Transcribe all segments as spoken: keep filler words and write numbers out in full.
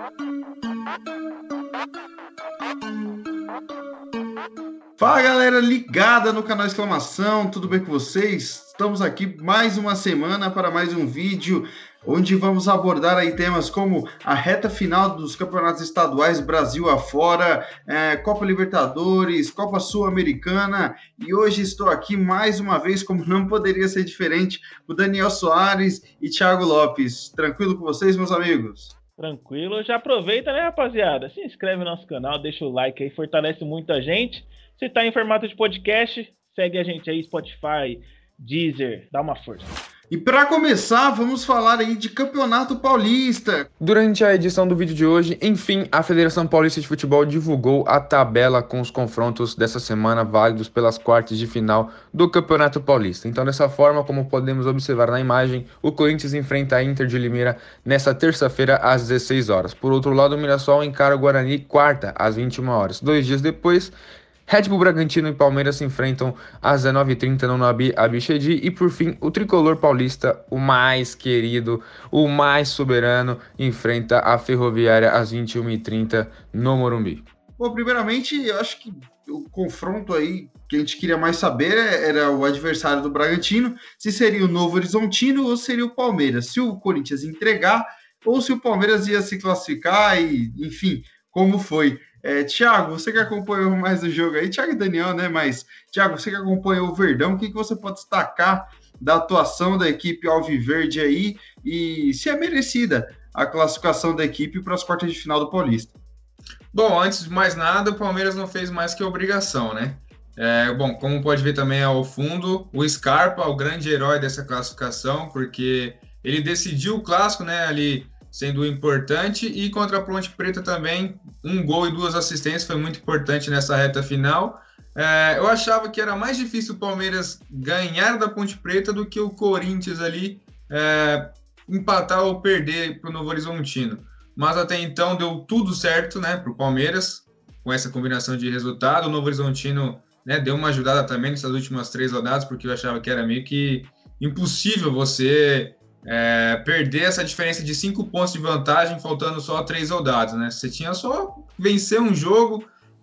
Fala galera ligada no canal Exclamação, tudo bem com vocês? Estamos aqui mais uma semana para mais um vídeo onde vamos abordar aí temas como a reta final dos campeonatos estaduais Brasil afora, é, Copa Libertadores, Copa Sul-Americana, e hoje estou aqui mais uma vez, como não poderia ser diferente, com Daniel Soares e Thiago Lopes. Tranquilo com vocês, meus amigos? Tranquilo, já aproveita, né, rapaziada? Se inscreve no nosso canal, deixa o like aí, fortalece muita gente. Se tá em formato de podcast, segue a gente aí, Spotify, Deezer, dá uma força. E para começar, vamos falar aí de Campeonato Paulista. Durante a edição do vídeo de hoje, enfim, a Federação Paulista de Futebol divulgou a tabela com os confrontos dessa semana válidos pelas quartas de final do Campeonato Paulista. Então, dessa forma, como podemos observar na imagem, o Corinthians enfrenta a Inter de Limeira nesta terça-feira às dezesseis horas. Por outro lado, o Mirassol encara o Guarani quarta às vinte e uma horas. Dois dias depois, Red Bull Bragantino e Palmeiras se enfrentam às dezenove e trinta no Nabi Abichedi. E por fim, o tricolor paulista, o mais querido, o mais soberano, enfrenta a Ferroviária às vinte e uma e trinta no Morumbi. Bom, primeiramente, eu acho que o confronto aí que a gente queria mais saber era o adversário do Bragantino, se seria o Novo Horizontino ou seria o Palmeiras, se o Corinthians entregar ou se o Palmeiras ia se classificar e, enfim, como foi. É, Thiago, você que acompanhou mais o jogo aí, Thiago e Daniel, né? Mas, Thiago, você que acompanhou o Verdão, o que, que você pode destacar da atuação da equipe Alviverde aí e se é merecida a classificação da equipe para as quartas de final do Paulista? Bom, antes de mais nada, o Palmeiras não fez mais que obrigação, né? É, bom, como pode ver também ao fundo, o Scarpa, o grande herói dessa classificação, porque ele decidiu o clássico, né, ali sendo importante, e contra a Ponte Preta também, um gol e duas assistências, foi muito importante nessa reta final. É, eu achava que era mais difícil o Palmeiras ganhar da Ponte Preta do que o Corinthians ali é, empatar ou perder para o Novo Horizontino. Mas até então deu tudo certo, né, para o Palmeiras, com essa combinação de resultado. O Novo Horizontino, né, deu uma ajudada também nessas últimas três rodadas, porque eu achava que era meio que impossível você É, perder essa diferença de cinco pontos de vantagem faltando só três rodadas, né? Você tinha só vencer um jogo,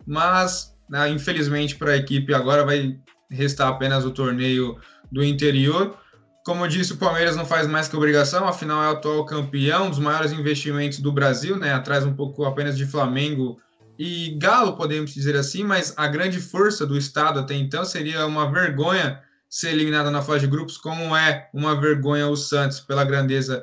mas né, infelizmente para a equipe agora vai restar apenas o torneio do interior. Como eu disse, o Palmeiras não faz mais que obrigação, afinal é o atual campeão, dos maiores investimentos do Brasil, né? Atrás um pouco apenas de Flamengo e Galo, podemos dizer assim, mas a grande força do estado até então seria uma vergonha ser eliminada na fase de grupos, como é uma vergonha o Santos, pela grandeza,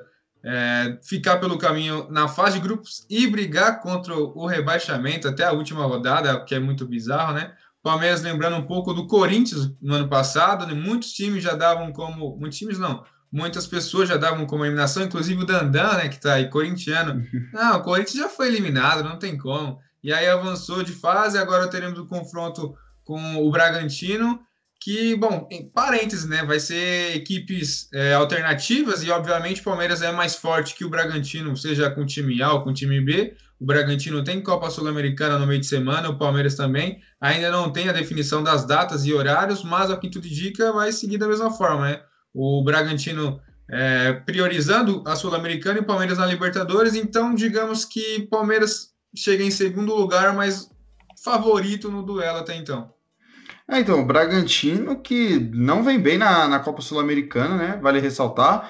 é, ficar pelo caminho na fase de grupos e brigar contra o rebaixamento até a última rodada, que é muito bizarro, né? Palmeiras lembrando um pouco do Corinthians no ano passado, né? Muitos times já davam como... Muitos times não, muitas pessoas já davam como eliminação, inclusive o Dandan, né, que tá aí, corintiano. Não, o Corinthians já foi eliminado, não tem como. E aí avançou de fase, agora teremos o confronto com o Bragantino, que, bom, em parênteses, né, vai ser equipes é, alternativas e, obviamente, o Palmeiras é mais forte que o Bragantino, seja com time A ou com time B. O Bragantino tem Copa Sul-Americana no meio de semana, o Palmeiras também. Ainda não tem a definição das datas e horários, mas a Quinto de Dica vai seguir da mesma forma, né? O Bragantino é, priorizando a Sul-Americana e o Palmeiras na Libertadores, então, digamos que o Palmeiras chega em segundo lugar, mas favorito no duelo até então. É, então, o Bragantino, que não vem bem na, na Copa Sul-Americana, né? Vale ressaltar.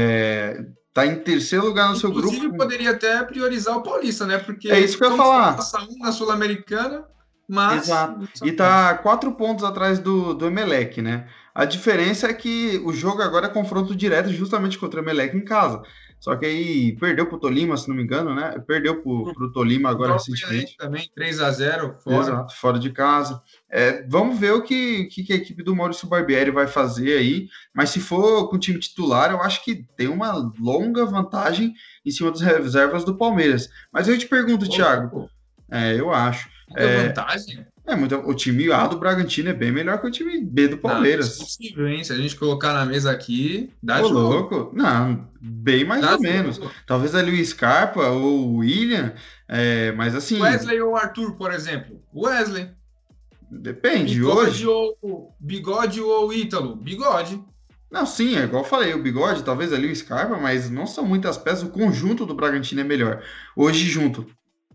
É, tá em terceiro lugar no Inclusive, seu grupo. Inclusive, poderia até priorizar o Paulista, né? Porque é isso que eu ia falar. Passa um na Sul-Americana, mas... Exato. E tá quatro pontos atrás do, do Emelec, né? A diferença é que o jogo agora é confronto direto justamente contra o Emelec em casa. Só que aí perdeu pro Tolima, se não me engano, né? Perdeu pro, pro Tolima agora recentemente. Também, três a zero, fora. Exato, fora de casa. É, vamos ver o que, que a equipe do Maurício Barbieri vai fazer aí. Mas se for com o time titular, eu acho que tem uma longa vantagem em cima das reservas do Palmeiras. Mas eu te pergunto, oh, Thiago. É, eu acho. É, vantagem? É, muito, o time A do Bragantino é bem melhor que o time B do Palmeiras. Não, é possível, hein? Se a gente colocar na mesa aqui, dá Ô, de louco. Não, bem mais dá ou menos. Jogo. Talvez ali o Scarpa ou o William, é, mas assim... Wesley ou Arthur, por exemplo. Wesley. Depende, bigode hoje... Ou, bigode ou Ítalo? Bigode. Não, sim, é igual eu falei, o Bigode, talvez ali o Scarpa, mas não são muitas peças, o conjunto do Bragantino é melhor. Hoje junto.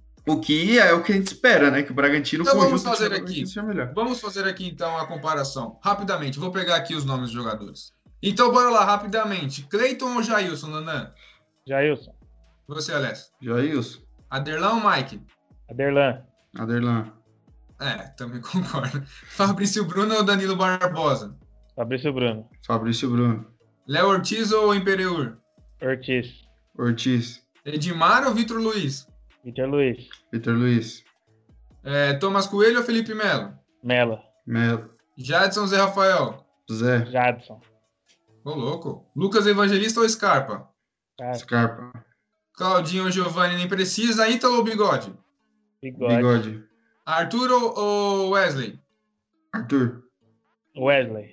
O que é o que a gente espera, né? Que o Bragantino, o Então vamos conjunto do time fazer do Bragantino aqui. seja melhor. Vamos fazer aqui então a comparação. Rapidamente, vou pegar aqui os nomes dos jogadores. Então bora lá, rapidamente. Cleiton ou Jailson, Nanã? Jailson. Você, Alessio? Jailson. Aderlan ou Mike? Aderlan. Aderlan. É, também concordo. Fabrício Bruno ou Danilo Barbosa? Fabrício Bruno. Fabrício Bruno. Léo Ortiz ou Imperiur? Ortiz. Ortiz. Edmar ou Vitor Luiz? Vitor Luiz. Vitor Luiz. É, Thomas Coelho ou Felipe Melo? Melo. Melo. Jadson Zé Rafael? Zé. Jadson. Ô, louco. Lucas Evangelista ou Scarpa? Cara, Scarpa. Claudinho ou Giovanni nem precisa. Ítalo ou Bigode? Bigode. Bigode. Arthur ou ou Wesley? Arthur. Wesley.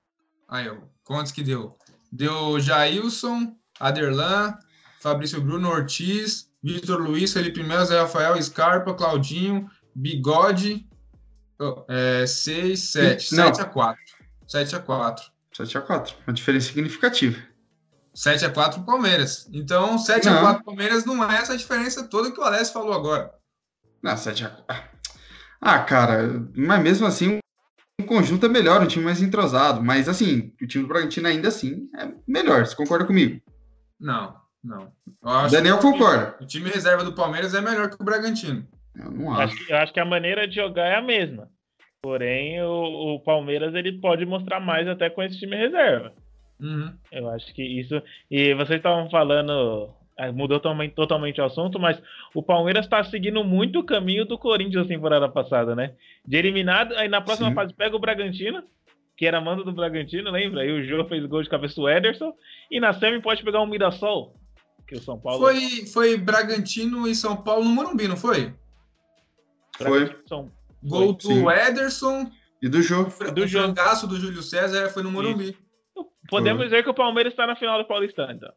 Aí, ó. Quantos que deu? Deu Jailson, Aderlan, Fabrício Bruno, Ortiz, Vitor Luiz, Felipe Melo, Zé Rafael, Scarpa, Claudinho, Bigode. Oh, é, seis, sete. Não. sete a quatro. sete a quatro. sete a quatro. Uma diferença significativa. sete a quatro Palmeiras. Então, sete a quatro Palmeiras não é essa diferença toda que o Alessio falou agora. Não, sete a quatro. Ah, cara, mas mesmo assim, o conjunto é melhor, um time mais entrosado. Mas, assim, o time do Bragantino ainda assim é melhor. Você concorda comigo? Não, não. Eu acho Daniel que o time- concorda. O time reserva do Palmeiras é melhor que o Bragantino. Eu não Eu acho. acho, que, eu acho que a maneira de jogar é a mesma. Porém, o, o Palmeiras ele pode mostrar mais até com esse time reserva. Uhum. Eu acho que isso. E vocês estavam falando. Mudou totalmente, totalmente o assunto, mas o Palmeiras está seguindo muito o caminho do Corinthians na temporada passada, né? De eliminado, aí na próxima Sim. fase pega o Bragantino, que era mando do Bragantino, lembra? Aí o Jô fez gol de cabeça do Ederson, e na semi pode pegar um Mirassol, que o São Paulo. Foi, foi Bragantino e São Paulo no Morumbi, não foi? Foi. São... Gol Foi, sim. do Ederson, E do jogo? do Do jogo. frangaço do Júlio César, foi no Morumbi. Podemos Foi. dizer que o Palmeiras está na final do Paulistão, então.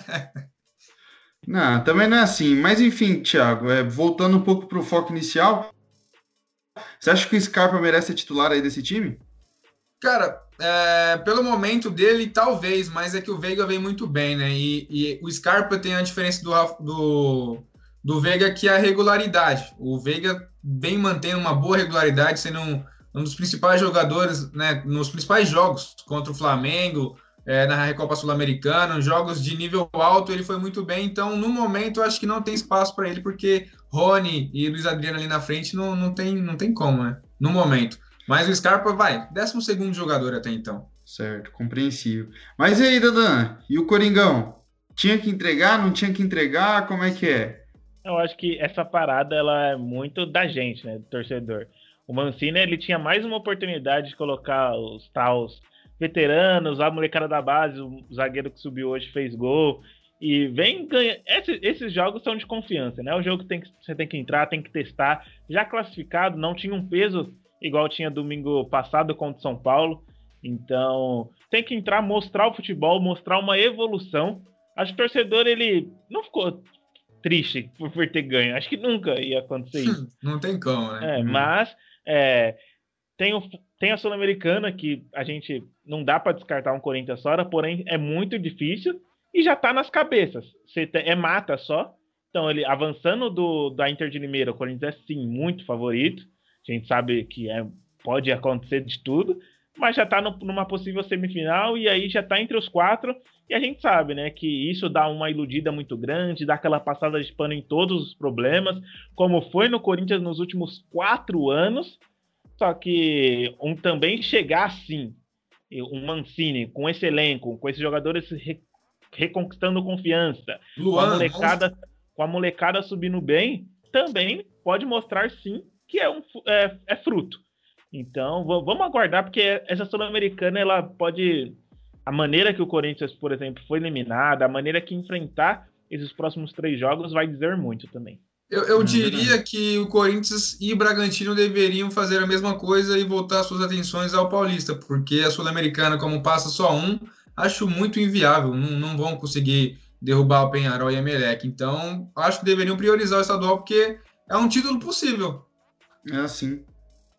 Não, também não é assim. Mas enfim, Thiago, é, voltando um pouco pro foco inicial, você acha que o Scarpa merece ser titular aí desse time? Cara, é, pelo momento dele, talvez, mas é que o Veiga vem muito bem, né? E, e o Scarpa tem a diferença do, Rafa- do, do Veiga, que é a regularidade. O Veiga vem mantendo uma boa regularidade, sendo um, um dos principais jogadores, né? Nos principais jogos contra o Flamengo, é, na Recopa Sul-Americana, jogos de nível alto, ele foi muito bem. Então, no momento, eu acho que não tem espaço para ele, porque Rony e Luiz Adriano ali na frente não, não, tem, não tem como, né? No momento. Mas o Scarpa vai, décimo segundo jogador até então. Certo, compreensível. Mas e aí, Dadan? E o Coringão? Tinha que entregar, não tinha que entregar? Como é que é? Eu acho que essa parada ela é muito da gente, né, do torcedor. O Mancini ele tinha mais uma oportunidade de colocar os tals veteranos, a molecada da base, o zagueiro que subiu hoje fez gol e vem ganhar. Esses, esses jogos são de confiança, né? O jogo tem que você tem que entrar, tem que testar. Já classificado, não tinha um peso igual tinha domingo passado contra o São Paulo. Então tem que entrar, mostrar o futebol, mostrar uma evolução. Acho que o torcedor ele não ficou triste por, por ter ganho. Acho que nunca ia acontecer isso. Não tem como, né? É, mas é, tem, o, tem a Sul-Americana que a gente não dá para descartar um Corinthians fora, porém é muito difícil e já tá nas cabeças. Você tem, é mata só. Então ele avançando do, da Inter de Limeira, o Corinthians é sim muito favorito. A gente sabe que é, pode acontecer de tudo, mas já tá no, numa possível semifinal e aí já tá entre os quatro. E a gente sabe, né, que isso dá uma iludida muito grande, dá aquela passada de pano em todos os problemas, como foi no Corinthians nos últimos quatro anos. Só que um também chegar assim, um Mancini com esse elenco, com esses jogadores re, reconquistando confiança, Luan, com, a molecada, com a molecada subindo bem, também pode mostrar sim que é, um, é, é fruto. Então vamos aguardar, porque essa Sul-Americana ela pode... A maneira que o Corinthians, por exemplo, foi eliminado, a maneira que enfrentar esses próximos três jogos vai dizer muito também. Eu, eu diria que o Corinthians e o Bragantino deveriam fazer a mesma coisa e voltar suas atenções ao Paulista, porque a Sul-Americana, como passa só um, acho muito inviável. Não, não vão conseguir derrubar o Peñarol e a Emelec. Então, acho que deveriam priorizar o estadual, porque é um título possível. É assim.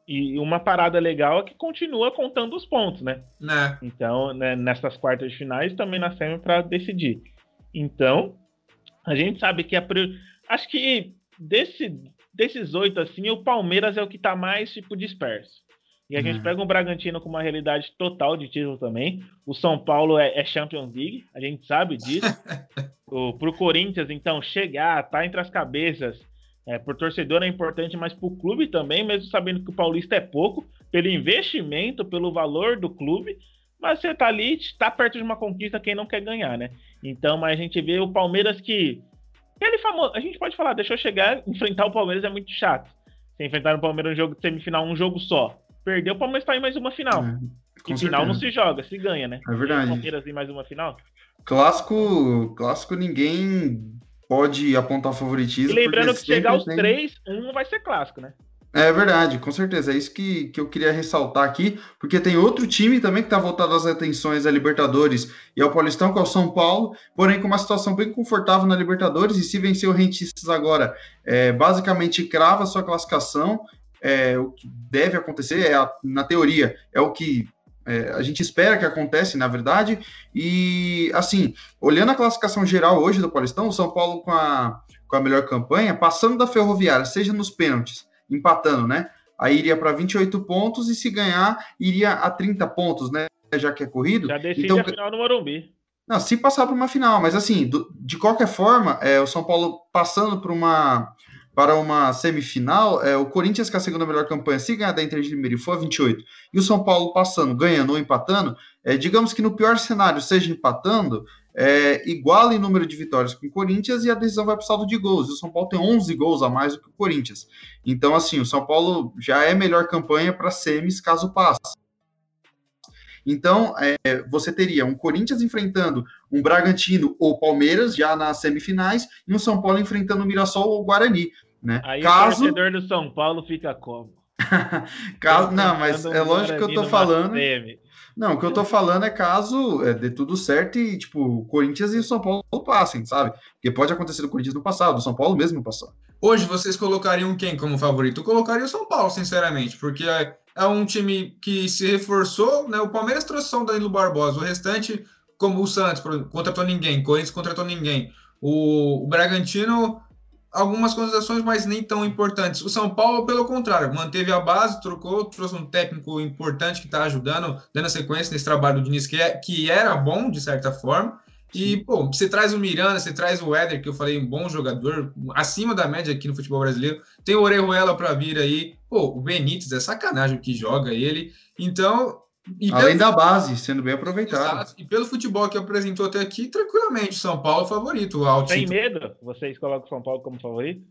E uma parada legal é que continua contando os pontos, né? Né? Então, né, nessas quartas de finais também na semi para decidir. Então, a gente sabe que a prior... acho que desse, desses oito, assim, o Palmeiras é o que tá mais, tipo, disperso. E a uhum. gente pega o Bragantino com uma realidade total de título também. O São Paulo é, é Champions League, a gente sabe disso. o, pro Corinthians, então, chegar, tá entre as cabeças, é, por torcedor é importante, mas pro clube também, mesmo sabendo que o Paulista é pouco, pelo investimento, pelo valor do clube, mas você tá ali, tá perto de uma conquista, quem não quer ganhar, né? Então, mas a gente vê o Palmeiras que... Ele famoso, a gente pode falar, deixa eu chegar, enfrentar o Palmeiras é muito chato. Você enfrentar o Palmeiras no jogo de semifinal, um jogo só. Perdeu, o Palmeiras tá em mais uma final. É, e final não se joga, se ganha, né? É verdade. O Palmeiras em mais uma final. Clássico, clássico ninguém pode apontar favoritismo. E lembrando que chegar aos tem... três, um vai ser clássico, né? É verdade, com certeza. É isso que, que eu queria ressaltar aqui, porque tem outro time também que está voltado às atenções à Libertadores e ao Paulistão, que é o São Paulo, porém com uma situação bem confortável na Libertadores, e se vencer o Rentistas agora, é, basicamente crava a sua classificação. É, o que deve acontecer, é a, na teoria, é o que é, a gente espera que aconteça, na verdade. E, assim, olhando a classificação geral hoje do Paulistão, o São Paulo com a, com a melhor campanha, passando da Ferroviária, seja nos pênaltis, empatando, né? Aí iria para vinte e oito pontos, e se ganhar, iria a trinta pontos, né? Já que é corrido. Já decide então, a final no Morumbi. Não, se passar para uma final, mas assim, do, de qualquer forma, é, o São Paulo passando para uma, para uma semifinal, é, o Corinthians, que é a segunda melhor campanha, se ganhar da Inter de Limeira e for a vinte e oito, e o São Paulo passando, ganhando ou empatando, é, digamos que no pior cenário seja empatando, é, iguala em número de vitórias com o Corinthians, e a decisão vai para o saldo de gols. E o São Paulo tem onze gols a mais do que o Corinthians. Então, assim, o São Paulo já é melhor campanha para semis, caso passe. Então, é, você teria um Corinthians enfrentando um Bragantino ou Palmeiras, já nas semifinais, e um São Paulo enfrentando o Mirassol ou o Guarani. Né? Aí caso... o torcedor do São Paulo fica como? caso... Não, mas é lógico que eu tô falando... Semi. Não, o que eu tô falando é caso é, dê tudo certo e, tipo, o Corinthians e o São Paulo passem, sabe? Porque pode acontecer do Corinthians no passado, do São Paulo mesmo no passado. Hoje, vocês colocariam quem como favorito? Eu colocaria o São Paulo, sinceramente, porque é, é um time que se reforçou, né? O Palmeiras trouxe só o Danilo Barbosa, o restante, como o Santos, contratou ninguém, Corinthians contratou ninguém. O, o Bragantino... algumas contratações, mas nem tão importantes. O São Paulo, pelo contrário, manteve a base, trocou, trouxe um técnico importante que está ajudando, dando sequência nesse trabalho do Diniz, que, é, que era bom, de certa forma. E, pô, você traz o Miranda, você traz o Éder, que eu falei, um bom jogador, acima da média aqui no futebol brasileiro. Tem o Orejuela para vir aí. Pô, o Benítez, é sacanagem o que joga ele. Então... E além pelo... da base, sendo bem aproveitado. Exato. E pelo futebol que apresentou até aqui, tranquilamente, São Paulo é favorito. Ao sem título. medo? Vocês colocam o São Paulo como favorito?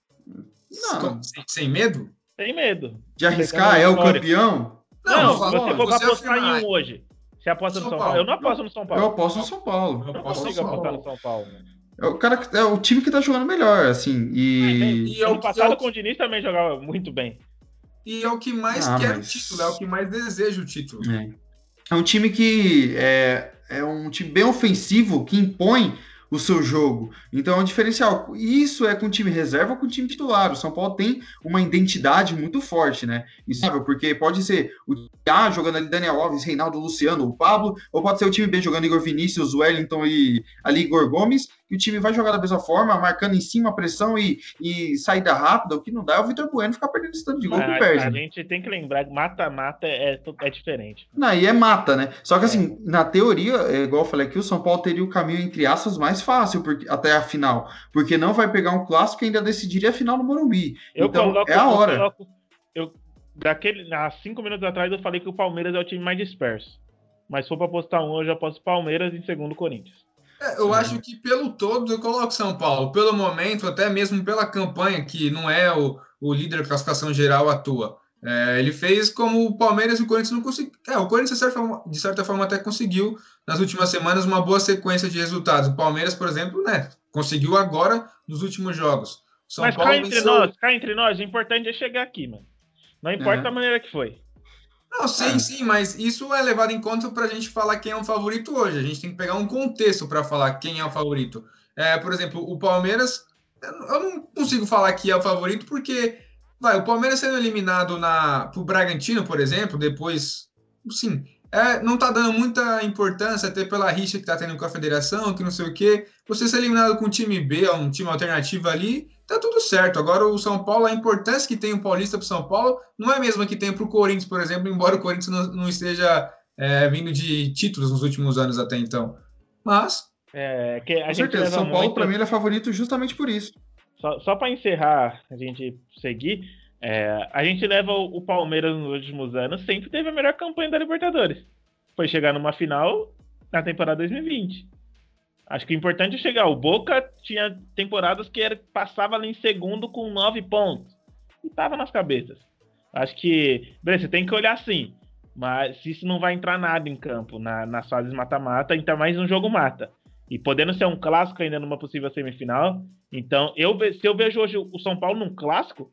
Não. Sem, sem medo? Sem medo. De arriscar? É o campeão? Não, não se você for para apostar em um hoje. Você aposta no São Paulo? Paulo? Eu não aposto no São Paulo. Eu aposto no São Paulo. Eu não consigo apostar no São Paulo. É o, cara, é o time que tá jogando melhor, assim. E, e, e ano passado eu... com o Diniz também jogava muito bem. E é o que mais ah, quer mas... o título, é o que mais deseja o título. É, é um time que é, é um time bem ofensivo, que impõe o seu jogo. Então é um diferencial. Isso é com o time reserva ou com o time titular. O São Paulo tem uma identidade muito forte, né? Isso, porque pode ser o A jogando ali Daniel Alves, Reinaldo, Luciano, o Pablo, ou pode ser o time B jogando Igor Vinícius, Wellington e ali Igor Gomes, e o time vai jogar da mesma forma, marcando em cima a pressão e, e saída rápida. O que não dá é o Vitor Bueno ficar perdendo esse tanto de gol que perde. A gente tem que lembrar que mata-mata é, é diferente. Não, e é mata, né? Só que assim, é. na teoria, é, igual eu falei aqui, o São Paulo teria o caminho, entre aspas, mais fácil porque, até a final, porque não vai pegar um clássico e ainda decidiria a final no Morumbi. Eu então, coloco, é a hora. Eu coloco, eu, daquele, há cinco minutos atrás eu falei que o Palmeiras é o time mais disperso. Mas se for para apostar um, eu já aposto Palmeiras e em segundo Corinthians. É, eu acho que pelo todo eu coloco São Paulo. Pelo momento, até mesmo pela campanha, que não é o, o líder da classificação geral à toa. É, ele fez como o Palmeiras e o Corinthians não conseguiram. É, o Corinthians, de certa, forma, de certa forma, até conseguiu, nas últimas semanas, uma boa sequência de resultados. O Palmeiras, por exemplo, né, conseguiu agora nos últimos jogos. São Mas Paulo cá entre venceu... nós, cá entre nós, o importante é chegar aqui, mano. Não importa é. a maneira que foi. Não, sim, é. sim, mas isso é levado em conta para a gente falar quem é o favorito hoje. A gente tem que pegar um contexto para falar quem é o favorito. É, por exemplo, o Palmeiras, eu não consigo falar que é o favorito porque vai, o Palmeiras sendo eliminado na, pro Bragantino, por exemplo, depois, sim, é, não tá dando muita importância, até pela rixa que tá tendo com a federação, que não sei o quê. Você ser eliminado com um time B, um time alternativo ali, tá tudo certo. Agora o São Paulo, a importância que tem o Paulista pro São Paulo, não é a mesma que tem pro Corinthians, por exemplo, embora o Corinthians não, não esteja é, vindo de títulos nos últimos anos até então. Mas... É, que a Com gente certeza, leva São Paulo muito... para mim ele é favorito justamente por isso. Só, só para encerrar, a gente seguir, é, a gente leva o, o Palmeiras nos últimos anos, sempre teve a melhor campanha da Libertadores. Foi chegar numa final na temporada dois mil e vinte. Acho que o importante é chegar. O Boca tinha temporadas que era, passava ali em segundo com nove pontos. E tava nas cabeças. Acho que, beleza, você tem que olhar assim. Mas isso não vai entrar nada em campo na, nas fases mata-mata, então mais um jogo mata. E podendo ser um clássico ainda numa possível semifinal. Então, eu, se eu vejo hoje o São Paulo num clássico,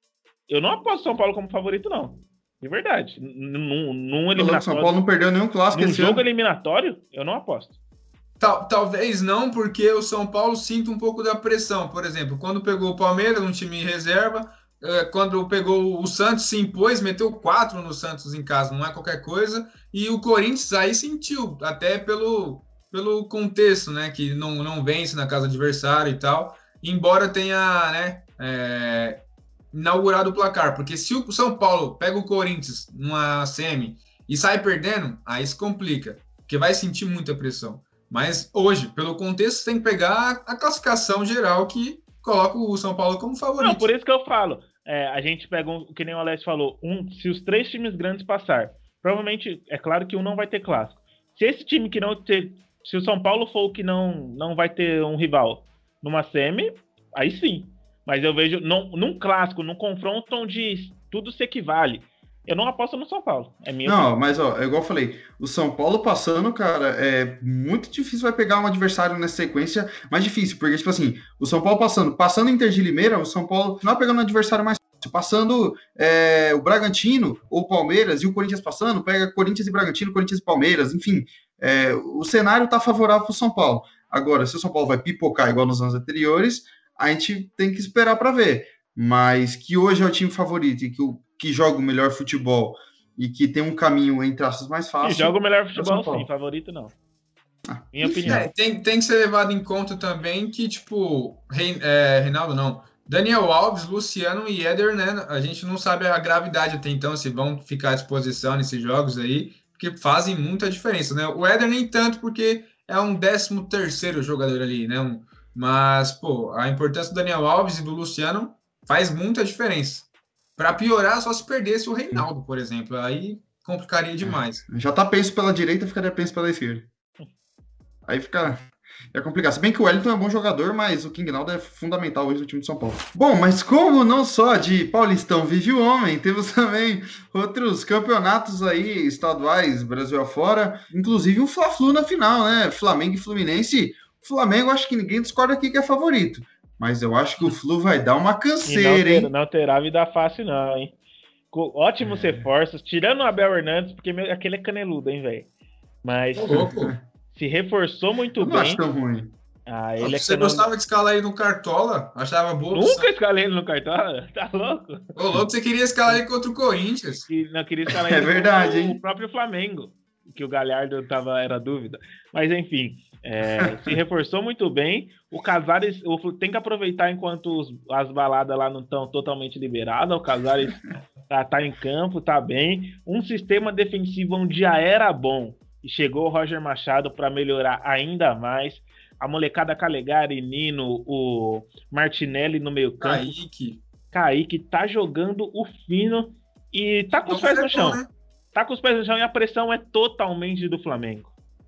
eu não aposto o São Paulo como favorito, não. De verdade. Num, num eliminatório. São Paulo não perdeu nenhum clássico num esse jogo ano. eliminatório, eu não aposto. Tal, talvez não, porque o São Paulo sinta um pouco da pressão. Por exemplo, quando pegou o Palmeiras, um time em reserva, quando pegou o Santos, se impôs, meteu quatro no Santos em casa, não é qualquer coisa. E o Corinthians aí sentiu, até pelo, pelo contexto, né? Que não, não vence na casa adversária e tal. Embora tenha, né, é, inaugurado o placar. Porque se o São Paulo pega o Corinthians numa semi e sai perdendo, aí se complica. Porque vai sentir muita pressão. Mas hoje, pelo contexto, tem que pegar a classificação geral que coloca o São Paulo como favorito. Não, por isso que eu falo. É, a gente pega, um, que nem o Alex falou, um, se os três times grandes passar, provavelmente, é claro que um não vai ter clássico. Se esse time que não ter, se o São Paulo for o que não, não vai ter um rival numa semi, aí sim. Mas eu vejo, não, num clássico, num confronto onde tudo se equivale, eu não aposto no São Paulo. É minha Não, opinião. mas ó, é igual eu falei, o São Paulo passando, cara, é muito difícil vai pegar um adversário nessa sequência mais difícil, porque, tipo assim, o São Paulo passando, passando Inter de Limeira, o São Paulo não é pegando um adversário mais fácil, passando é, o Bragantino ou o Palmeiras e o Corinthians passando, pega Corinthians e Bragantino, Corinthians e Palmeiras, enfim, é, o cenário tá favorável pro São Paulo. Agora, se o São Paulo vai pipocar igual nos anos anteriores, a gente tem que esperar para ver, mas que hoje é o time favorito e que, o, que joga o melhor futebol e que tem um caminho entre aspas mais fácil. E joga o melhor futebol, é sim, favorito não. Ah, Minha enfim, opinião. É, tem, tem que ser levado em conta também que, tipo, Rein, é, Reinaldo não, Daniel Alves, Luciano e Éder, né, a gente não sabe a gravidade até então, se vão ficar à disposição nesses jogos aí, porque fazem muita diferença, né? O Éder nem tanto, porque é um décimo terceiro jogador ali, né? Um, mas, pô, a importância do Daniel Alves e do Luciano faz muita diferença. Para piorar, só se perdesse o Reinaldo, por exemplo. Aí complicaria demais. Já tá penso pela direita, ficaria penso pela esquerda. Aí fica... É complicado. Se bem que o Wellington é um bom jogador, mas o King Naldo é fundamental hoje no time de São Paulo. Bom, mas como não só de Paulistão vive o homem, temos também outros campeonatos aí, estaduais, Brasil afora, inclusive um Fla-Flu na final, né? Flamengo e Fluminense. O Flamengo, acho que ninguém discorda aqui que é favorito. Mas eu acho que o Flu vai dar uma canseira, não ter, hein? Não terá vida fácil, não, hein? Com ótimos é. reforços, tirando o Abel Hernandes, porque meu, aquele é caneludo, hein, velho? Mas louco. Se reforçou muito eu bem. Não acho tão ruim. Ah, ele Você é gostava de escalar ele no Cartola? Achava boa. Nunca escalei ele no Cartola? Tá louco? Ô, louco, você queria escalar ele contra o Corinthians. Que não queria escalar é ele verdade, contra hein? o próprio Flamengo, que o Galhardo tava, era dúvida. Mas enfim, é, se reforçou muito bem. O Casares o, tem que aproveitar enquanto os, as baladas lá não estão totalmente liberadas. O Casares tá, tá em campo, tá bem. Um sistema defensivo onde já era bom. E chegou o Roger Machado para melhorar ainda mais. A molecada Calegari, Nino, o Martinelli no meio campo. Kaique. Kaique tá jogando o fino e tá com os pés no chão. Né? Tá com os pés no chão e a pressão é totalmente do Flamengo.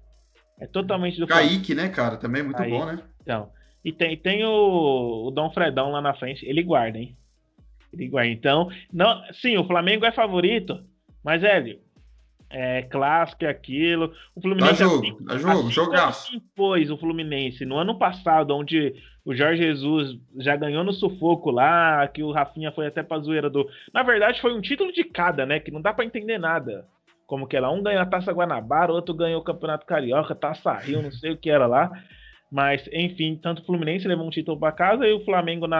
É totalmente do Flamengo. Kaique, né, cara? Também é muito Kaique. Bom, né? Então, e tem, tem o, o Dom Fredão lá na frente. Ele guarda, hein? Ele guarda. Então, não, sim, o Flamengo é favorito, mas, Hélio, é clássico, é aquilo. O Fluminense dá jogo, assim, dá jogo, assim jogaço. Se impôs o Fluminense no ano passado, onde o Jorge Jesus já ganhou no sufoco lá, que o Rafinha foi até pra zoeira do... Na verdade, foi um título de cada, né? Que não dá pra entender nada. Como que era? Um ganhou a Taça Guanabara, o outro ganhou o Campeonato Carioca, Taça Rio, não sei o que era lá. Mas, enfim, tanto o Fluminense levou um título pra casa e o Flamengo na,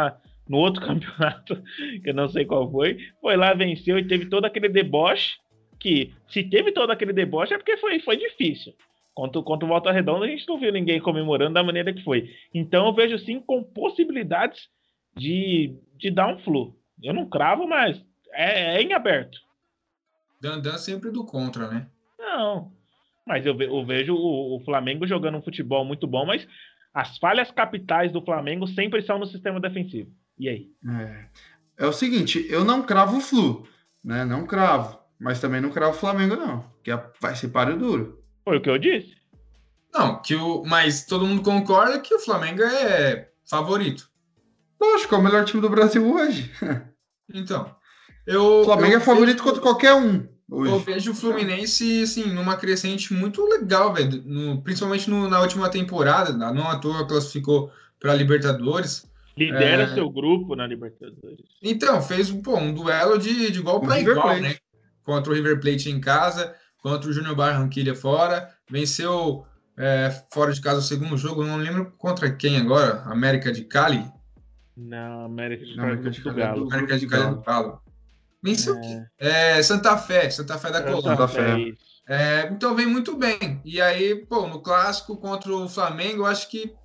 no outro campeonato, que eu não sei qual foi, foi lá, venceu e teve todo aquele deboche, que se teve todo aquele deboche é porque foi, foi difícil. Contra, contra o Volta Redonda, a gente não viu ninguém comemorando da maneira que foi. Então eu vejo sim com possibilidades de, de dar um flu. Eu não cravo, mas é, é em aberto. Dandan sempre do contra, né? Não, mas eu, ve, eu vejo o, o Flamengo jogando um futebol muito bom, mas as falhas capitais do Flamengo sempre são no sistema defensivo. E aí? É, é o seguinte, eu não cravo o Flu, né? Não cravo, mas também não cravo o Flamengo, não, que vai ser páreo duro. Foi o que eu disse. Não, que o, mas todo mundo concorda que o Flamengo é favorito. Lógico, é o melhor time do Brasil hoje. Então, eu... O Flamengo eu é favorito vejo, contra qualquer um hoje. Eu vejo o Fluminense, assim, numa crescente muito legal, velho. No, principalmente no, na última temporada, não à toa classificou para a Libertadores. Lidera é... seu grupo na Libertadores. Então, fez pô, um duelo de, de igual para igual, Plate. né? Contra o River Plate em casa, contra o Júnior Barranquilla fora. Venceu é, fora de casa o segundo jogo, não lembro contra quem agora, América de Cali? Não, América de, América de Cali do Galo. América de Cali do Galo. Venceu é... é Santa Fé, Santa Fé da Colômbia. Santa Fé. É, então vem muito bem. E aí, pô, no clássico contra o Flamengo, eu acho que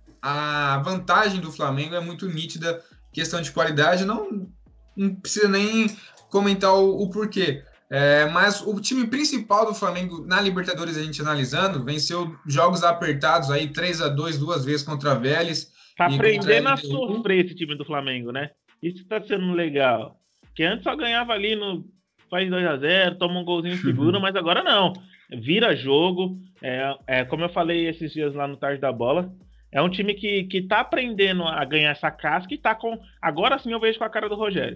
a vantagem do Flamengo é muito nítida. Questão de qualidade, não, não precisa nem comentar o, o porquê. É, mas o time principal do Flamengo na Libertadores, a gente analisando, venceu jogos apertados aí, três a dois, duas vezes contra a Vélez. Tá aprendendo a sofrer esse time do Flamengo, né? Isso tá sendo legal. Que antes só ganhava ali no faz dois a zero, toma um golzinho seguro, mas agora não. Vira jogo. É, é, como eu falei esses dias lá no Tarde da Bola, é um time que, que tá aprendendo a ganhar essa casca e tá com... Agora sim eu vejo com a cara do Rogério.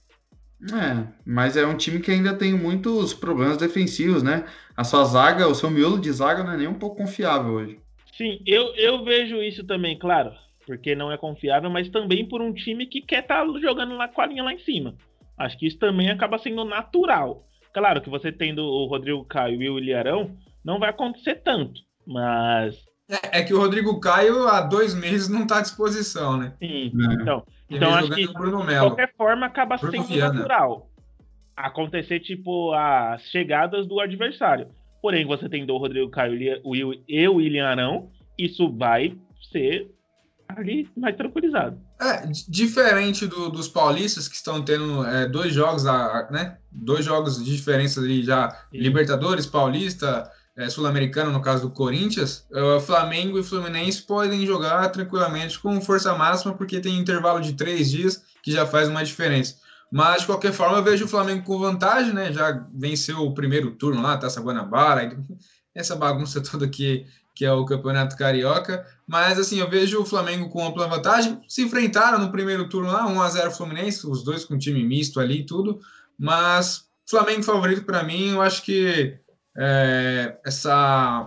É, mas é um time que ainda tem muitos problemas defensivos, né? A sua zaga, o seu miolo de zaga não é nem um pouco confiável hoje. Sim, eu, eu vejo isso também, claro, porque não é confiável, mas também por um time que quer estar tá jogando lá com a linha lá em cima. Acho que isso também acaba sendo natural. Claro que você tendo o Rodrigo Caio e o Ilharão, não vai acontecer tanto, mas... É, é que o Rodrigo Caio há dois meses não está à disposição, né? Sim, é. então... Então, acho que, de qualquer forma, acaba Bruno sendo Viana. natural acontecer, tipo, as chegadas do adversário. Porém, você tem do Rodrigo Caio e o William Arão, isso vai ser ali mais tranquilizado. É, diferente do, dos paulistas, que estão tendo é, dois jogos, né? Dois jogos de diferença ali já, Sim. Libertadores, Paulista... É, Sul-Americano, no caso do Corinthians, uh, Flamengo e Fluminense podem jogar tranquilamente com força máxima, porque tem intervalo de três dias que já faz uma diferença. Mas, de qualquer forma, eu vejo o Flamengo com vantagem, né? Já venceu o primeiro turno lá, Taça Guanabara, essa bagunça toda que, que é o Campeonato Carioca. Mas, assim, eu vejo o Flamengo com ampla vantagem. Se enfrentaram no primeiro turno lá, um a zero Fluminense, os dois com time misto ali e tudo. Mas, Flamengo favorito para mim, eu acho que É, essa,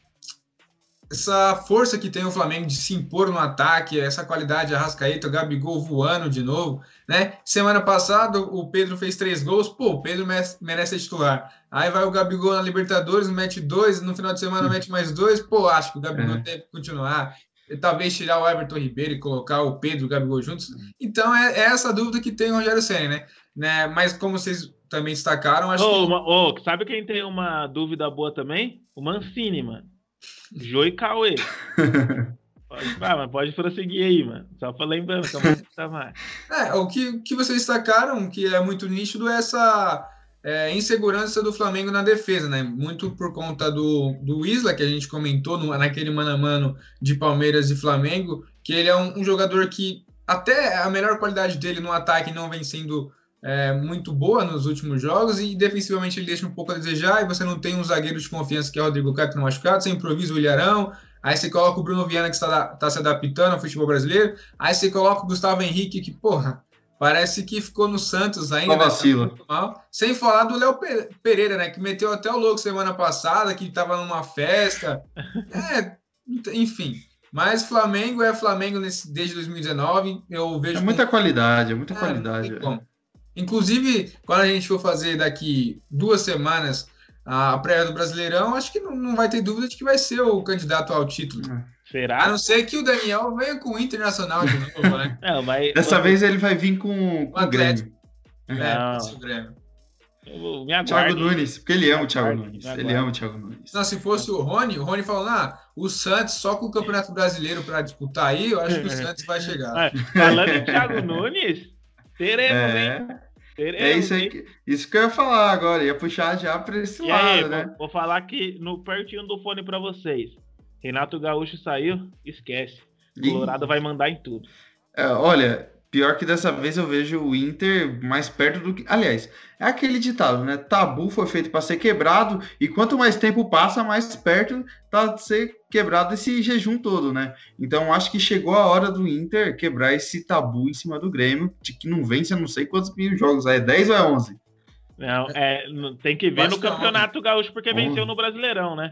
essa força que tem o Flamengo de se impor no ataque, essa qualidade de Arrascaeta, o Gabigol voando de novo, né? Semana passada o Pedro fez três gols, pô, o Pedro merece, merece ser titular. Aí vai o Gabigol na Libertadores, mete dois, no final de semana mete mais dois, pô, acho que o Gabigol é. tem que continuar. E talvez tirar o Everton Ribeiro e colocar o Pedro e o Gabigol juntos. Então é, é essa dúvida que tem o Rogério Ceni, né? né? Mas como vocês também destacaram, acho oh, que... Oh, sabe quem tem uma dúvida boa também? O Mancini, mano. Jô e Cauê. Pode, ah, mas pode prosseguir aí, mano. Só pra lembrando como tá mais. É, o que, que vocês destacaram, que é muito nítido, é essa é, insegurança do Flamengo na defesa, né? Muito por conta do, do Isla, que a gente comentou no, naquele mano a mano de Palmeiras e Flamengo, que ele é um, um jogador que até a melhor qualidade dele no ataque não vem sendo... É, muito boa nos últimos jogos e defensivamente ele deixa um pouco a desejar e você não tem um zagueiro de confiança que é o Rodrigo Caio que não machucado, você improvisa o Ilharão, aí você coloca o Bruno Viana que está tá se adaptando ao futebol brasileiro, aí você coloca o Gustavo Henrique que, porra, parece que ficou no Santos ainda, né, tá mal. Sem falar do Léo Pereira, né, que meteu até o louco semana passada, que estava numa festa, é, enfim... Mas Flamengo é Flamengo nesse, desde dois mil e dezenove, eu vejo... É muita com... qualidade, é muita é, qualidade. Inclusive, quando a gente for fazer daqui duas semanas a prévia do Brasileirão, acho que não, não vai ter dúvida de que vai ser o candidato ao título. Será? A não ser que o Daniel venha com o Internacional de novo, né? Não, mas... Dessa vez ele vai vir com, com o Atlético. Grêmio. É, Não. pode ser o Grêmio. Eu- Me aguarde. Thiago Nunes, porque ele ama o Thiago aguarde, Nunes. me Ele aguarde. ama o Thiago Nunes. Não, se fosse o Rony, o Rony falando, ah, o Santos só com o Campeonato Brasileiro para disputar aí, eu acho que o Santos vai chegar. Ah, falando em Thiago Nunes, teremos, hein? É, Teremos, é isso aí. hein? Que, isso que eu ia falar agora. Ia puxar já pra esse E lado, aí, né? vou, vou falar aqui no pertinho do fone pra vocês. Renato Gaúcho saiu, esquece. O Ih. Colorado vai mandar em tudo. É, olha, pior que dessa vez eu vejo o Inter mais perto do que. Aliás, é aquele ditado, né? Tabu foi feito para ser quebrado, e quanto mais tempo passa, mais perto tá de ser quebrado esse jejum todo, né? Então acho que chegou a hora do Inter quebrar esse tabu em cima do Grêmio, de que não vence a não sei quantos mil jogos. É dez ou é onze? Não, é, não- tem que ver Acho no que é Campeonato Gaúcho, porque onze. venceu no Brasileirão, né?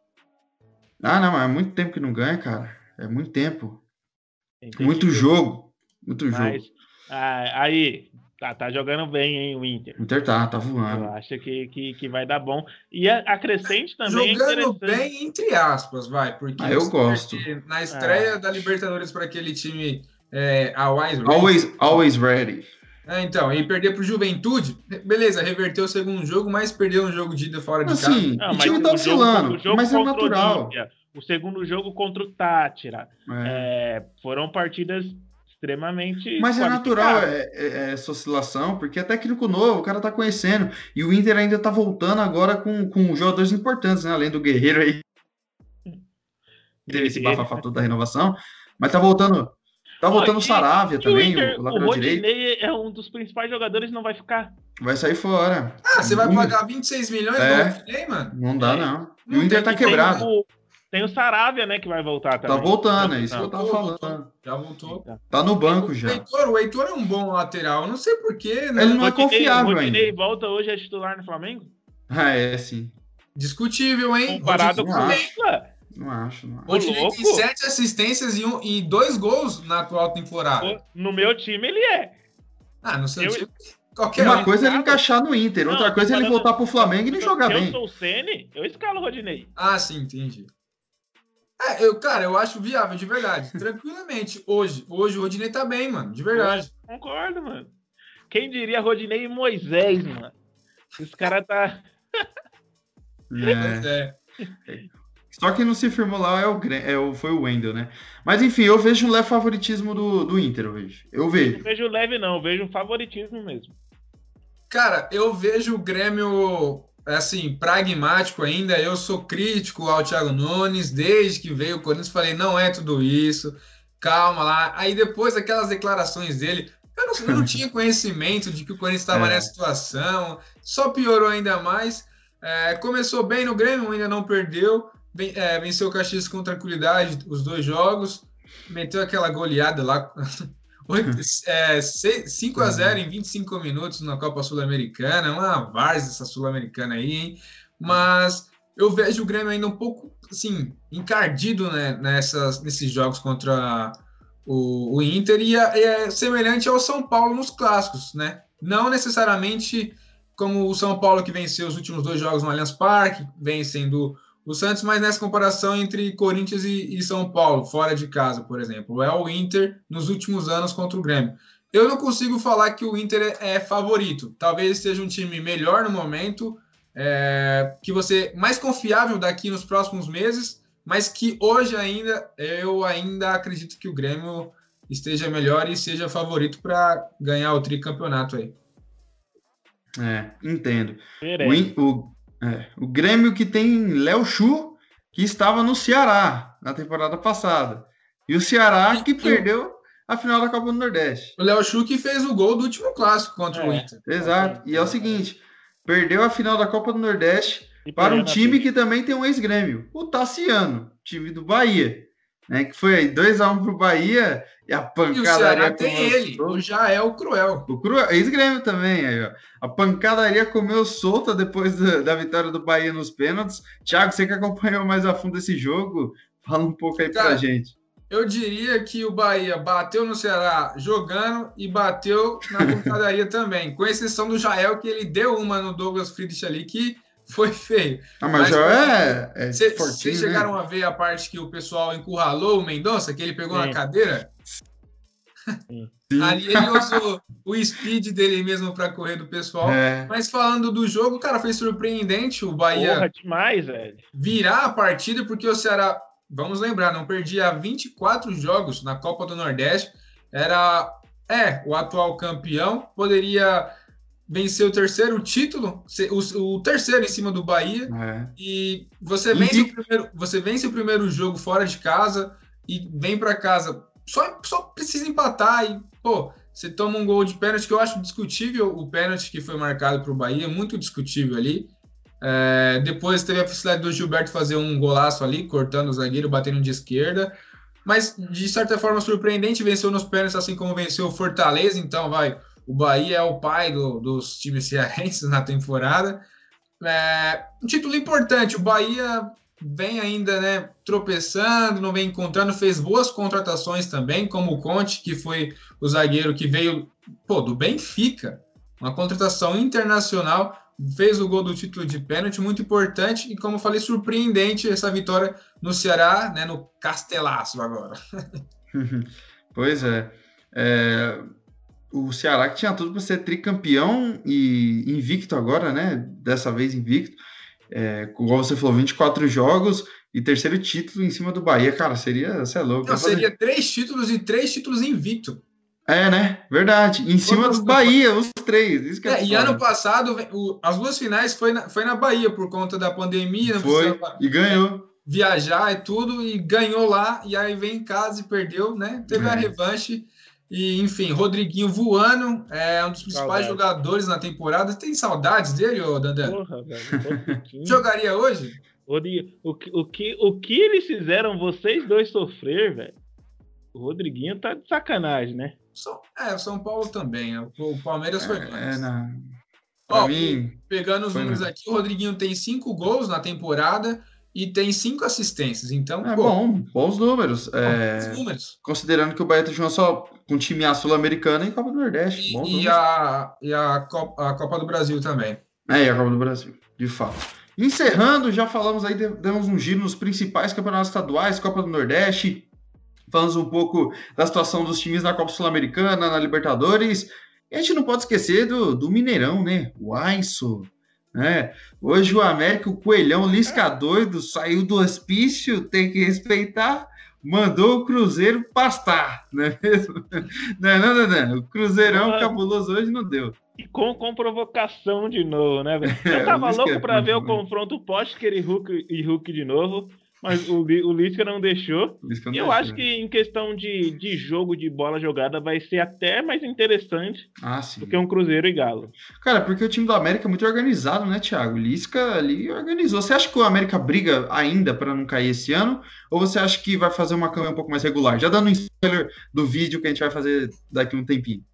Ah, não, mas é muito tempo que não ganha, cara. É muito tempo. Tem- tem Muito que ver. jogo. Muito Mas, jogo. ah, aí, tá, tá jogando bem, hein, o Inter. O Inter tá, tá Eu voando. acho que, que, que vai dar bom. E a, a Crescente também é Jogando interessante. bem, entre aspas, vai. Porque Ah, eu você gosto. vê que na estreia Ah. da Libertadores para aquele time, é, a Wise Always, always ready. É, então, e perder pro Juventude, beleza, reverteu o segundo jogo, mas perdeu um jogo de ida fora de casa. Assim, Não, o mas time tá o jogo- oscilando, o jogo mas é contra o natural. Olímpia, o segundo jogo contra o Tátira. É. É, foram partidas extremamente. Mas é natural qualificadas. é, é- essa oscilação, porque é técnico novo, o cara tá conhecendo. E o Inter ainda tá voltando agora com, com jogadores importantes, né? Além do Guerreiro aí. Teve esse Guerreiro. bafafá todo da renovação. Mas tá voltando. Tá voltando Ó, o e- Saravia E o também, Inter, o, o lateral direito. Rodinei é um dos principais jogadores, não vai ficar. Vai sair fora. Ah, você vai Hum, pagar vinte e seis milhões É. no Rodinei, mano? Não dá, É. não. E Não o Inter tem- tá e tem quebrado. O, tem o Saravia, né, que vai voltar também. Tá voltando, é isso que Não. eu tava Voltou, falando. Já voltou. Tá no banco O já. Heitor, o Heitor é um bom lateral, eu não sei porquê, né? Ele não é Rodinei- confiável Rodinei ainda. volta hoje é titular no Flamengo? Ah, é, sim. Discutível, hein? Comparado Rodinei- com o não Isla. Não acho, não acho. Ô, Rodinei louco. tem sete assistências e, um, e dois gols na atual temporada. No meu time ele é. Ah, não sei Eu- o time. Qualquer Uma um. coisa é ele escalo. encaixar no Inter, outra Não, coisa é ele tô voltar falando- pro Flamengo e não Se jogar eu bem. sou o Ceni, eu escalo o Rodinei. Ah, sim, entendi. É, eu, cara, eu acho viável, de verdade. Tranquilamente. Hoje, hoje o Rodinei tá bem, mano. De verdade. Concordo, mano. Quem diria Rodinei e Moisés, mano? Esse cara tá. É. É. Só quem não se firmou lá é o, Gre- é o, foi o Wendel, né? Mas enfim, eu vejo um leve favoritismo do, do Inter, eu vejo. Eu Não vejo. vejo leve, não. Vejo um favoritismo mesmo. Cara, eu vejo o Grêmio, assim, pragmático ainda. Eu sou crítico ao Thiago Nunes. Desde que veio o Corinthians, falei, não é tudo isso. Calma lá. Aí depois daquelas declarações dele, eu não, eu não tinha conhecimento de que o Corinthians estava É. nessa situação. Só piorou ainda mais. É, começou bem no Grêmio, ainda não perdeu. Ven- é, venceu o Caxias com tranquilidade os dois jogos. Meteu aquela goleada lá. oito, é, seis, cinco a zero em vinte e cinco minutos na Copa Sul-Americana. Uma várzea essa Sul-Americana aí, hein? Mas eu vejo o Grêmio ainda um pouco, assim, encardido, né, nessas, nesses jogos contra o, o Inter. E é, é semelhante ao São Paulo nos clássicos, né? Não necessariamente como o São Paulo que venceu os últimos dois jogos no Allianz Parque, vencendo o Santos, mas nessa comparação entre Corinthians e, e São Paulo, fora de casa, por exemplo. É o Inter nos últimos anos contra o Grêmio. Eu não consigo falar que o Inter é, é favorito. Talvez seja um time melhor no momento, é, que você mais confiável daqui nos próximos meses, mas que hoje ainda, eu ainda acredito que o Grêmio esteja melhor e seja favorito para ganhar o tricampeonato aí. É, entendo. O, Merece. In- o, é, o Grêmio que tem Léo Chu, que estava no Ceará na temporada passada. E o Ceará que E- perdeu a final da Copa do Nordeste. O Léo Schuch fez o gol do último clássico contra o É. Inter. Exato. E é o seguinte, perdeu a final da Copa do Nordeste E para um Piranha time fez. que também tem um ex-Grêmio, o Tassiano, time do Bahia, né? Que foi aí dois a um pro Bahia e a E o pancadaria Ceará tem comeu ele, solta. o Jael Cruel. O Cru... ex-Grêmio também, aí, ó. A pancadaria comeu solta depois da, da vitória do Bahia nos pênaltis. Thiago, você que acompanhou mais a fundo esse jogo, fala um pouco aí Cara, pra gente. Eu diria que o Bahia bateu no Ceará jogando e bateu na pancadaria também, com exceção do Jael, que ele deu uma no Douglas Friedrich ali, que foi feio. Ah, mas, mas já é, é Vocês chegaram, né, a ver a parte que o pessoal encurralou o Mendonça, que ele pegou Sim. uma cadeira? Sim. Ali ele usou o speed dele mesmo para correr do pessoal. É. Mas falando do jogo, cara, foi surpreendente o Bahia Porra, demais, velho. virar a partida, porque o Ceará, vamos lembrar, não perdia vinte e quatro jogos na Copa do Nordeste. Era é, o atual campeão, poderia vencer o terceiro título, o, o terceiro em cima do Bahia. É. E você vence, e... o primeiro, você vence o primeiro jogo fora de casa e vem para casa. Só, só precisa empatar e, pô, você toma um gol de pênalti, que eu acho discutível, o pênalti que foi marcado para o Bahia, muito discutível ali. É, depois teve a facilidade do Gilberto fazer um golaço ali, cortando o zagueiro, batendo de esquerda. Mas, de certa forma, surpreendente, venceu nos pênaltis, assim como venceu o Fortaleza. Então, vai, o Bahia é o pai do, dos times cearenses na temporada. É, um título importante, o Bahia vem ainda, né, tropeçando, não vem encontrando, fez boas contratações também, como o Conte, que foi o zagueiro que veio, pô, do Benfica, uma contratação internacional, fez o gol do título de pênalti, muito importante, e como eu falei, surpreendente essa vitória no Ceará, né, no Castelaço agora. Pois é. é, o Ceará que tinha tudo para ser tricampeão e invicto agora, né, dessa vez invicto, É, como você falou, vinte e quatro jogos e terceiro título em cima do Bahia, cara, seria, você é louco. Não, seria fazer... três títulos e três títulos invicto. É, né? Verdade. Em cima do Bahia, os três. Isso que é, é, e ano passado, o, as duas finais foi na, foi na Bahia, por conta da pandemia. Foi, e ganhou. Viajar e tudo, e ganhou lá, e aí vem em casa e perdeu, né? Teve é. a revanche. E, enfim, Rodriguinho voando, é um dos principais Saudade. jogadores na temporada. Tem saudades dele, ô Dandan? Porra, velho. Jogaria hoje? O, o, o, que, o que eles fizeram vocês dois sofrer, velho? O Rodriguinho tá de sacanagem, né? É, o São Paulo também. O Palmeiras é, foi mais. É, não. Pra Ó, mim, pegando os números não. aqui, o Rodriguinho tem cinco gols na temporada e tem cinco assistências. Então, é pô, bom, bons números. Bons é... números. Considerando que o Bahia tá jogando só com time A sul-americana e Copa do Nordeste. E, e, a, e a, Copa, a Copa do Brasil também. É, e a Copa do Brasil, de fato. Encerrando, já falamos aí, demos um giro nos principais campeonatos estaduais, Copa do Nordeste. Falamos um pouco da situação dos times na Copa Sul-Americana, na Libertadores. E a gente não pode esquecer do, do Mineirão, né? O Aiço, né? Hoje o América, o Coelhão, Lisca doido, saiu do hospício, tem que respeitar, mandou o Cruzeiro pastar, não é mesmo? Não, não, não, não. O Cruzeirão ah, cabuloso hoje não deu. E com, com provocação de novo, né, velho? Eu tava é, louco para ver o confronto Potker e Hulk, e Hulk de novo. Mas o, o Lisca não deixou. Lisca não eu deixou. acho que em questão de, de jogo, de bola jogada, vai ser até mais interessante ah, sim. do que um Cruzeiro e Galo. Cara, porque o time do América é muito organizado, né, Thiago? O Lisca ali organizou. Você acha que o América briga ainda para não cair esse ano? Ou você acha que vai fazer uma campanha um pouco mais regular? Já dando um spoiler do vídeo que a gente vai fazer daqui a um tempinho.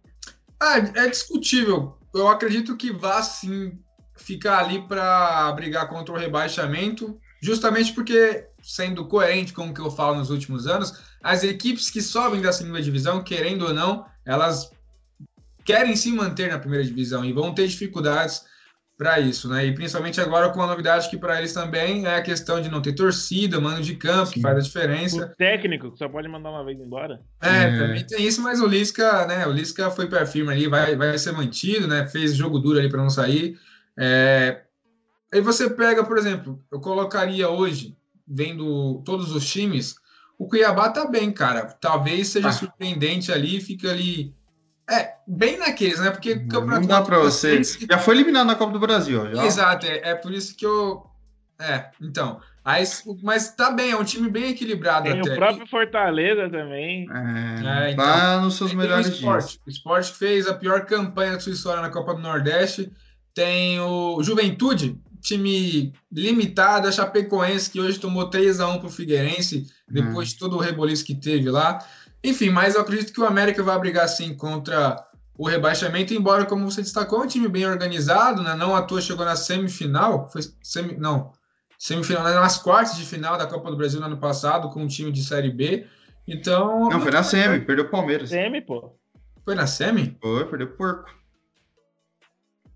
Ah, é discutível. Eu acredito que vá, sim, ficar ali para brigar contra o rebaixamento. Justamente porque, sendo coerente com o que eu falo nos últimos anos, as equipes que sobem da segunda divisão, querendo ou não, elas querem se manter na primeira divisão e vão ter dificuldades para isso, né? E principalmente agora com a novidade que para eles também é a questão de não ter torcida, mano de campo, que faz a diferença. O técnico, que só pode mandar uma vez embora. É, é, também tem isso, mas o Lisca, né? O Lisca foi pé firme ali, vai, vai ser mantido, né? Fez jogo duro ali para não sair. É... Aí você pega, por exemplo, eu colocaria hoje, vendo todos os times, o Cuiabá tá bem, cara. Talvez seja ah. surpreendente ali, fica ali... É, bem naqueles, né? Porque... Não, não dá pra você... Já foi eliminado na Copa do Brasil, ó, já. Exato, é, é por isso que eu... É, então... Aí, mas tá bem, é um time bem equilibrado tem até. O próprio Fortaleza também. É, é então, tá nos seus melhores dias. O Sport que fez a pior campanha da sua história na Copa do Nordeste. Tem o Juventude, time limitado, a Chapecoense, que hoje tomou três a um pro Figueirense, depois hum. de todo o reboliço que teve lá. Enfim, mas eu acredito que o América vai brigar sim contra o rebaixamento, embora, como você destacou, é um time bem organizado, né? Não à toa chegou na semifinal, foi semi, não, semifinal, nas quartas de final da Copa do Brasil no ano passado, com um time de Série B. Então... Não, foi na semi, perdeu o Palmeiras. Semi, pô. Foi na semi? Foi, perdeu o Porco.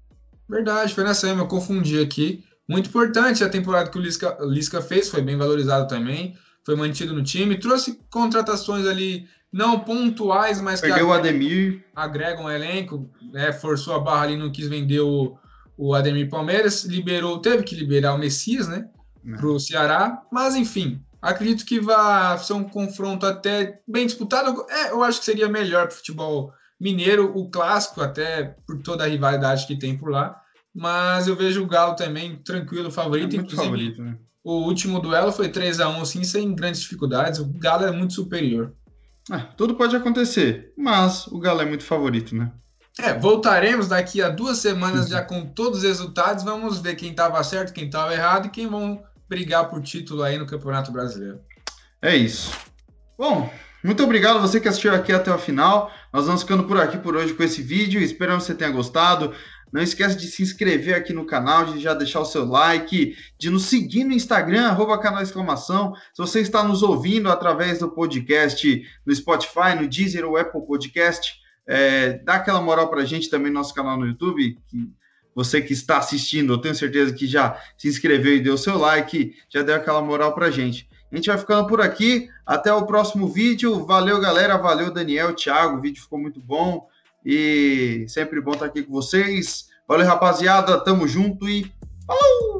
Verdade, foi nessa aí, eu confundi aqui. Muito importante a temporada que o Lisca, Lisca fez, foi bem valorizado também, foi mantido no time, trouxe contratações ali não pontuais, mas Perdeu que o Ademir. agregam o elenco, né, forçou a barra ali, não quis vender o, o Ademir Palmeiras, liberou, teve que liberar o Messias, né, para o Ceará, mas enfim, acredito que vai ser um confronto até bem disputado. É, eu acho que seria melhor para o futebol mineiro, o clássico, até por toda a rivalidade que tem por lá. Mas eu vejo o Galo também tranquilo, favorito. É muito Inclusive, favorito, né? O último duelo foi três a um, assim, sem grandes dificuldades. O Galo é muito superior. É, tudo pode acontecer, mas o Galo é muito favorito, né? É, voltaremos daqui a duas semanas já com todos os resultados. Vamos ver quem estava certo, quem estava errado e quem vão brigar por título aí no Campeonato Brasileiro. É isso. Bom, muito obrigado a você que assistiu aqui até o final. Nós vamos ficando por aqui por hoje com esse vídeo. Esperamos que você tenha gostado. Não esquece de se inscrever aqui no canal, de já deixar o seu like, de nos seguir no Instagram, arroba canal exclamação. Se você está nos ouvindo através do podcast no Spotify, no Deezer ou Apple Podcast, é, dá aquela moral pra gente também no nosso canal no YouTube. Que você que está assistindo, eu tenho certeza que já se inscreveu e deu seu like, já deu aquela moral pra gente. A gente vai ficando por aqui. Até o próximo vídeo. Valeu, galera. Valeu, Daniel, Thiago. O vídeo ficou muito bom. E sempre bom estar aqui com vocês. Valeu, rapaziada. Tamo junto e falou!